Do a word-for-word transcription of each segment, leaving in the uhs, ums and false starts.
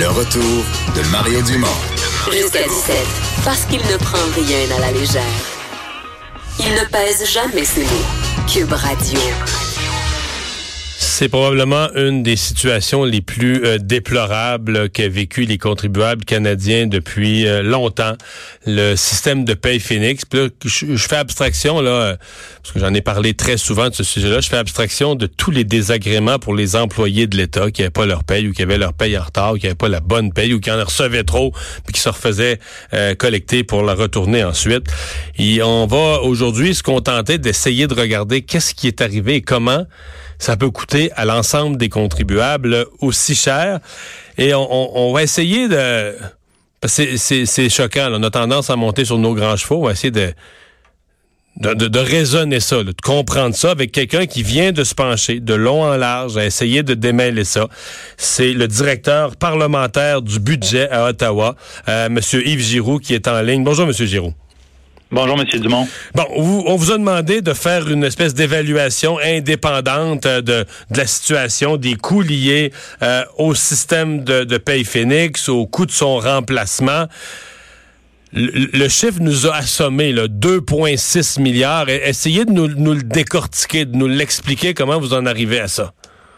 Le retour de Mario Dumont. Jusqu'à dix-sept, parce qu'il ne prend rien à la légère. Il ne pèse jamais ses mots. Cube Radio. C'est probablement une des situations les plus euh, déplorables qu'a vécu les contribuables canadiens depuis euh, longtemps. Le système de paye Phoenix. Puis là, je, je fais abstraction, là, euh, parce que j'en ai parlé très souvent de ce sujet-là, je fais abstraction de tous les désagréments pour les employés de l'État qui n'avaient pas leur paye ou qui avaient leur paye en retard ou qui n'avaient pas la bonne paye ou qui en recevaient trop puis qui se refaisaient euh, collecter pour la retourner ensuite. Et on va aujourd'hui se contenter d'essayer de regarder qu'est-ce qui est arrivé et comment ça peut coûter à l'ensemble des contribuables aussi cher. Et on, on, on va essayer de... Parce que c'est, c'est, c'est choquant, là. On a tendance à monter sur nos grands chevaux. On va essayer de, de, de, de raisonner ça, là, de comprendre ça avec quelqu'un qui vient de se pencher de long en large à essayer de démêler ça. C'est le directeur parlementaire du budget à Ottawa, euh, M. Yves Giroux, qui est en ligne. Bonjour, M. Giroux. Bonjour, M. Dumont. Bon, vous, on vous a demandé de faire une espèce d'évaluation indépendante de, de la situation, des coûts liés euh, au système de, de paye Phoenix, au coût de son remplacement. Le, le chiffre nous a assommé, là, deux virgule six milliards. Essayez de nous, nous le décortiquer, de nous l'expliquer, comment vous en arrivez à ça.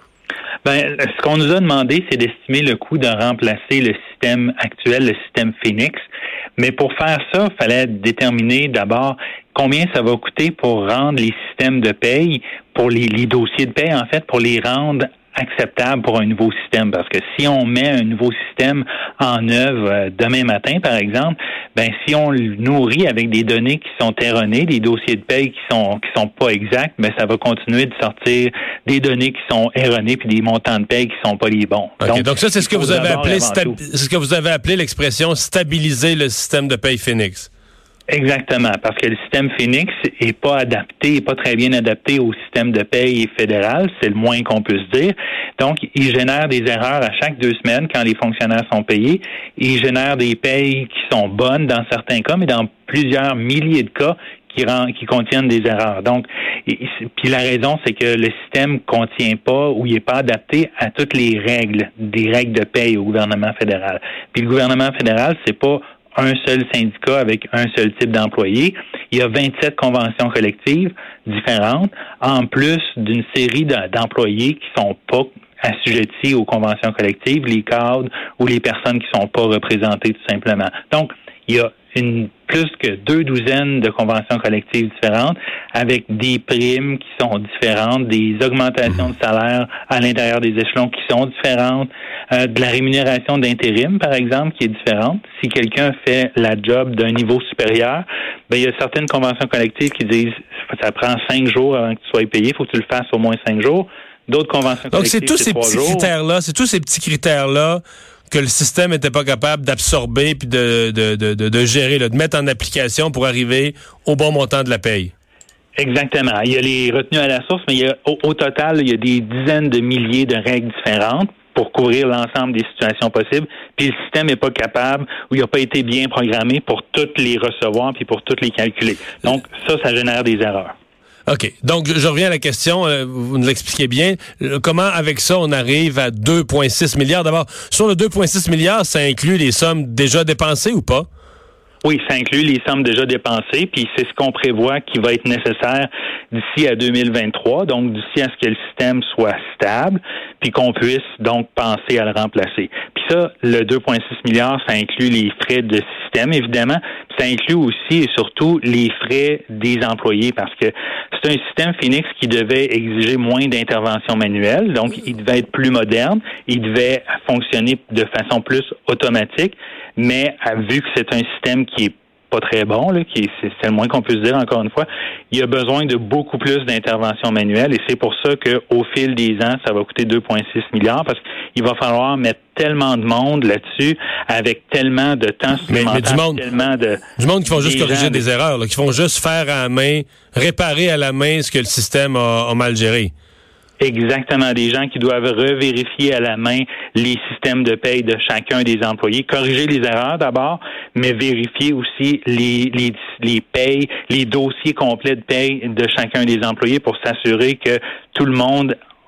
Ben, ce qu'on nous a demandé, c'est d'estimer le coût de remplacer le système actuel, le système Phoenix. Mais pour faire ça, il fallait déterminer d'abord combien ça va coûter pour rendre les systèmes de paye, pour les, les dossiers de paye, en fait, pour les rendre acceptables pour un nouveau système. Parce que si on met un nouveau système en œuvre euh, demain matin, par exemple, ben si on le nourrit avec des données qui sont erronées, des dossiers de paye qui sont qui sont pas exacts, ben ça va continuer de sortir des données qui sont erronées puis des montants de paye qui sont pas les bons. Okay, donc, donc ça, c'est ce que vous avez appelé stab- c'est ce que vous avez appelé l'expression stabiliser le système de paye Phoenix. Exactement, parce que le système Phoenix est pas adapté, est pas très bien adapté au système de paye fédéral, c'est le moins qu'on puisse dire. Donc, il génère des erreurs à chaque deux semaines quand les fonctionnaires sont payés. Il génère des payes qui sont bonnes dans certains cas, mais dans plusieurs milliers de cas qui, rend, qui contiennent des erreurs. Donc, et, puis la raison, c'est que le système contient pas ou il est pas adapté à toutes les règles, des règles de paye au gouvernement fédéral. Puis le gouvernement fédéral, c'est pas un seul syndicat avec un seul type d'employé. Il y a vingt-sept conventions collectives différentes, en plus d'une série d'employés qui sont pas assujettis aux conventions collectives, les cadres ou les personnes qui sont pas représentées tout simplement. Donc, il y a une plus que deux douzaines de conventions collectives différentes avec des primes qui sont différentes, des augmentations de salaire à l'intérieur des échelons qui sont différentes, euh, de la rémunération d'intérim, par exemple, qui est différente. Si quelqu'un fait la job d'un niveau supérieur, ben il y a certaines conventions collectives qui disent ça prend cinq jours avant que tu sois payé, il faut que tu le fasses au moins cinq jours. D'autres conventions Donc, collectives, c'est tous c'est ces trois petits jours. critères-là, c'est tous ces petits critères-là que le système n'était pas capable d'absorber puis de, de, de, de, de gérer, là, de mettre en application pour arriver au bon montant de la paye. Exactement. Il y a les retenues à la source, mais il y a, au, au total, il y a des dizaines de milliers de règles différentes pour couvrir l'ensemble des situations possibles. Puis le système n'est pas capable ou il n'a pas été bien programmé pour toutes les recevoir puis pour toutes les calculer. Donc ça, ça génère des erreurs. OK. Donc, je reviens à la question. Euh, vous nous l'expliquez bien. Euh, comment, avec ça, on arrive à deux virgule six milliards? D'abord, sur le deux virgule six milliards, ça inclut les sommes déjà dépensées ou pas? Oui, ça inclut les sommes déjà dépensées, puis c'est ce qu'on prévoit qui va être nécessaire d'ici à deux mille vingt-trois, donc d'ici à ce que le système soit stable, puis qu'on puisse donc penser à le remplacer. Puis ça, le deux virgule six milliards, ça inclut les frais de système, évidemment, puis ça inclut aussi et surtout les frais des employés, parce que c'est un système Phoenix qui devait exiger moins d'intervention manuelle, donc il devait être plus moderne, il devait fonctionner de façon plus automatique, mais vu que c'est un système qui est pas très bon, là, qui est, c'est, c'est le moins qu'on puisse dire encore une fois, il y a besoin de beaucoup plus d'intervention manuelle et c'est pour ça qu'au fil des ans, ça va coûter deux virgule six milliards parce qu'il va falloir mettre tellement de monde là-dessus avec tellement de temps supplémentaire. Mais, mais du monde, tellement de, du monde qui font juste corriger gens, des erreurs, là, qui font juste faire à la main, réparer à la main ce que le système a, a mal géré. Exactement, des gens qui doivent revérifier à la main les systèmes de paye de chacun des employés, corriger les erreurs d'abord, mais vérifier aussi les les les payes, les dossiers complets de paye de chacun des employés pour s'assurer que tout le monde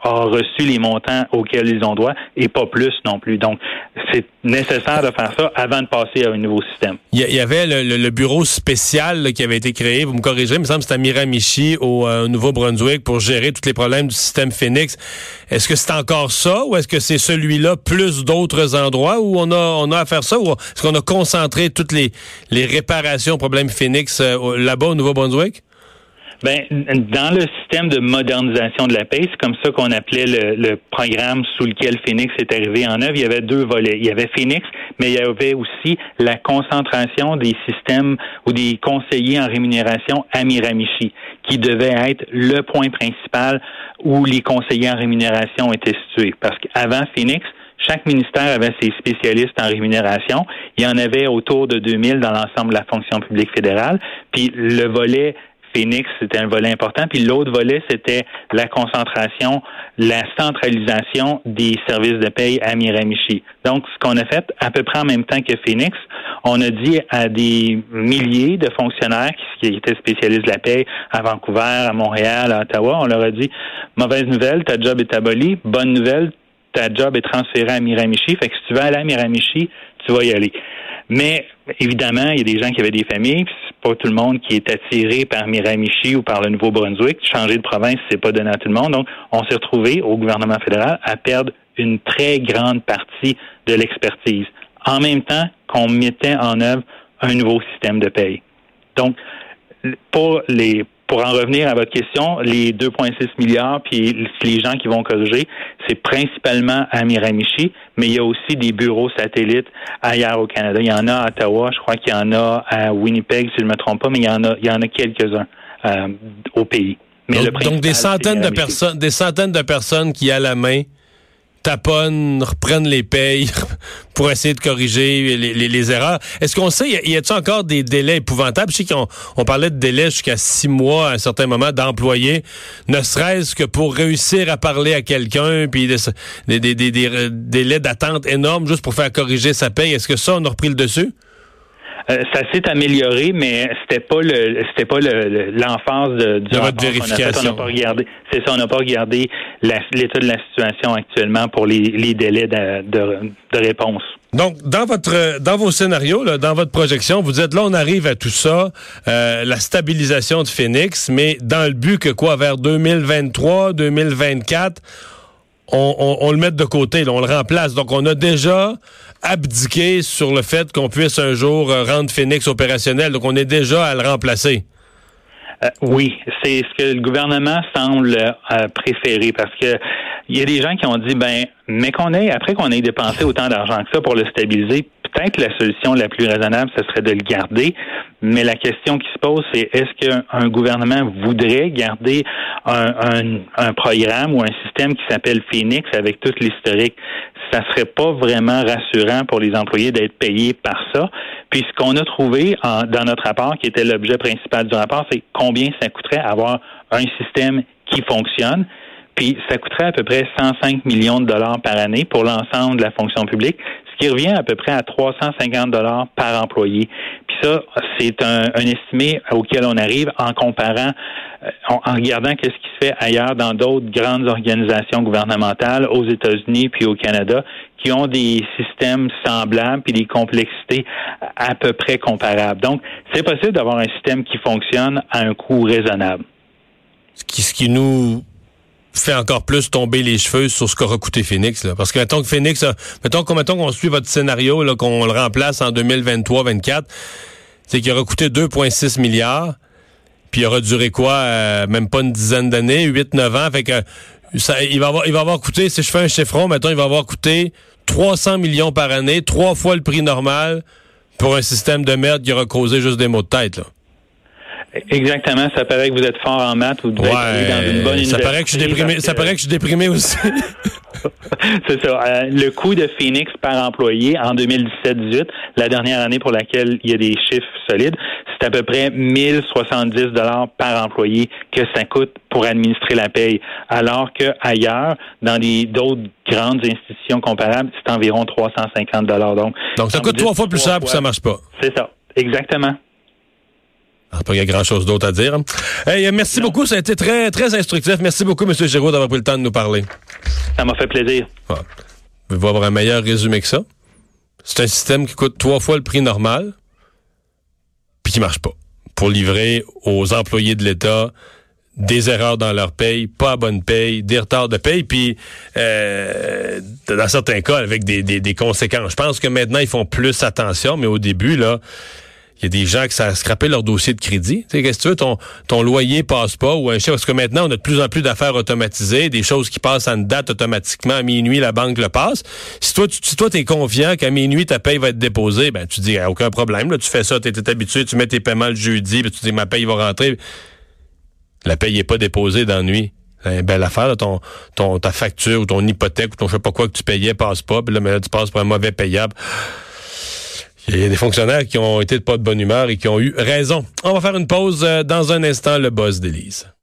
a reçu les montants auxquels ils ont droit et pas plus non plus. Donc, c'est nécessaire de faire ça avant de passer à un nouveau système. Il y avait le, le, le bureau spécial là, qui avait été créé, vous me corrigerez, il me semble que c'était à Miramichi, au euh, Nouveau-Brunswick, pour gérer tous les problèmes du système Phoenix. Est-ce que c'est encore ça ou est-ce que c'est celui-là plus d'autres endroits où on a on a à faire ça ou est-ce qu'on a concentré toutes les, les réparations aux problèmes Phoenix euh, là-bas au Nouveau-Brunswick? Ben, dans le système de modernisation de la paie, c'est comme ça qu'on appelait le, le programme sous lequel Phoenix est arrivé en œuvre. Il y avait deux volets. Il y avait Phoenix, mais il y avait aussi la concentration des systèmes ou des conseillers en rémunération à Miramichi, qui devait être le point principal où les conseillers en rémunération étaient situés. Parce qu'avant Phoenix, chaque ministère avait ses spécialistes en rémunération. Il y en avait autour de deux mille dans l'ensemble de la fonction publique fédérale. Puis le volet Phoenix, c'était un volet important. Puis l'autre volet, c'était la concentration, la centralisation des services de paye à Miramichi. Donc, ce qu'on a fait à peu près en même temps que Phoenix, on a dit à des milliers de fonctionnaires qui, qui étaient spécialistes de la paye à Vancouver, à Montréal, à Ottawa, on leur a dit, mauvaise nouvelle, ta job est aboli. Bonne nouvelle, ta job est transférée à Miramichi. Fait que si tu veux aller à Miramichi, tu vas y aller. Mais, évidemment, il y a des gens qui avaient des familles, puis c'est pas tout le monde qui est attiré par Miramichi ou par le Nouveau-Brunswick. Changer de province, c'est pas donné à tout le monde. Donc, on s'est retrouvé au gouvernement fédéral à perdre une très grande partie de l'expertise, en même temps qu'on mettait en œuvre un nouveau système de paye. Donc, pour les Pour en revenir à votre question, les deux virgule six milliards, puis les gens qui vont corriger, c'est principalement à Miramichi, mais il y a aussi des bureaux satellites ailleurs au Canada. Il y en a à Ottawa, je crois qu'il y en a à Winnipeg, si je ne me trompe pas, mais il y en a, il y en a quelques-uns euh, au pays. Mais donc, le donc des centaines de personnes, des centaines de personnes qui à la main taponnent, reprennent les payes pour essayer de corriger les, les, les erreurs. Est-ce qu'on sait, y a-t-il encore des délais épouvantables? Je sais qu'on on parlait de délais jusqu'à six mois à un certain moment d'employés, ne serait-ce que pour réussir à parler à quelqu'un, puis des, des, des, des, des délais d'attente énormes juste pour faire corriger sa paye. Est-ce que ça, on a repris le dessus? Euh, ça s'est amélioré, mais c'était pas le c'était pas le, le l'emphase de, du de votre vérification. On n'a pas regardé, c'est ça, on n'a pas regardé la, l'état de la situation actuellement pour les, les délais de, de, de réponse. Donc, dans votre, dans vos scénarios, là, dans votre projection, vous dites là, on arrive à tout ça, euh, la stabilisation de Phoenix, mais dans le but que quoi, vers deux mille vingt-trois, deux mille vingt-quatre, on, on, on le met de côté, là, on le remplace. Donc, on a déjà abdiqué sur le fait qu'on puisse un jour rendre Phoenix opérationnel. Donc, on est déjà à le remplacer. Euh, oui, c'est ce que le gouvernement semble euh, préférer parce que il y a des gens qui ont dit, ben, mais qu'on ait, après qu'on ait dépensé autant d'argent que ça pour le stabiliser, peut-être la solution la plus raisonnable, ce serait de le garder. Mais la question qui se pose, c'est est-ce qu'un gouvernement voudrait garder un, un, un programme ou un système qui s'appelle Phoenix avec tout l'historique? Ça serait pas vraiment rassurant pour les employés d'être payés par ça. Puis ce qu'on a trouvé en, dans notre rapport, qui était l'objet principal du rapport, c'est combien ça coûterait avoir un système qui fonctionne. Puis ça coûterait à peu près cent cinq millions de dollars par année pour l'ensemble de la fonction publique, ce qui revient à peu près à trois cent cinquante dollars par employé. Puis ça, c'est un, un estimé auquel on arrive en comparant, en, en regardant qu'est-ce qui se fait ailleurs dans d'autres grandes organisations gouvernementales aux États-Unis puis au Canada, qui ont des systèmes semblables puis des complexités à peu près comparables. Donc, c'est possible d'avoir un système qui fonctionne à un coût raisonnable. Ce qui, ce qui nous fait encore plus tomber les cheveux sur ce qu'aura coûté Phoenix, là. Parce que mettons que Phoenix, a, mettons, mettons qu'on suit votre scénario, là, qu'on le remplace en deux mille vingt-trois vingt-quatre, c'est qu'il aura coûté deux virgule six milliards, puis il aura duré quoi, euh, même pas une dizaine d'années, huit neuf ans, fait que ça, il va avoir, il va avoir coûté, si je fais un chiffron, mettons, il va avoir coûté trois cents millions par année, trois fois le prix normal pour un système de merde qui aura causé juste des maux de tête, là. Exactement, ça paraît que vous êtes fort en maths, vous devez ouais, être dans une bonne ça paraît que je suis déprimé, que... ça paraît que je suis déprimé aussi. C'est ça. Euh, le coût de Phoenix par employé en deux mille dix-sept dix-huit, la dernière année pour laquelle il y a des chiffres solides, c'est à peu près mille soixante-dix dollars par employé que ça coûte pour administrer la paye. Alors que ailleurs, dans les d'autres grandes institutions comparables, c'est environ trois cent cinquante dollars. Donc, Donc ça coûte trois fois plus cher pour que ça marche pas. C'est ça. Exactement. Pas qu'il y a grand-chose d'autre à dire. Hey, merci non. beaucoup, ça a été très, très instructif. Merci beaucoup, M. Giroux, d'avoir pris le temps de nous parler. Ça m'a fait plaisir. Ah. Vous pouvez avoir un meilleur résumé que ça. C'est un système qui coûte trois fois le prix normal, puis qui marche pas. Pour livrer aux employés de l'État des erreurs dans leur paye, pas à bonne paye, des retards de paye, puis euh, dans certains cas, avec des, des, des conséquences. Je pense que maintenant, ils font plus attention, mais au début, là, il y a des gens qui ça a scrappé leur dossier de crédit. Tu sais, qu'est-ce que tu veux, ton, ton loyer passe pas ou un chèque, parce que maintenant, on a de plus en plus d'affaires automatisées, des choses qui passent à une date automatiquement. À minuit, la banque le passe. Si toi, tu, si toi, t'es confiant qu'à minuit, ta paye va être déposée, ben, tu dis, aucun problème, là, tu fais ça, t'es, t'es habitué, tu mets tes paiements le jeudi, puis tu dis, ma paye va rentrer. La paye est pas déposée dans la nuit. C'est une belle affaire, là, ton, ton, ta facture ou ton hypothèque ou ton je sais pas quoi que tu payais passe pas, puis là, mais là, tu passes pour un mauvais payable. Il y a des fonctionnaires qui ont été de pas de bonne humeur et qui ont eu raison. On va faire une pause dans un instant, le buzz d'Élise.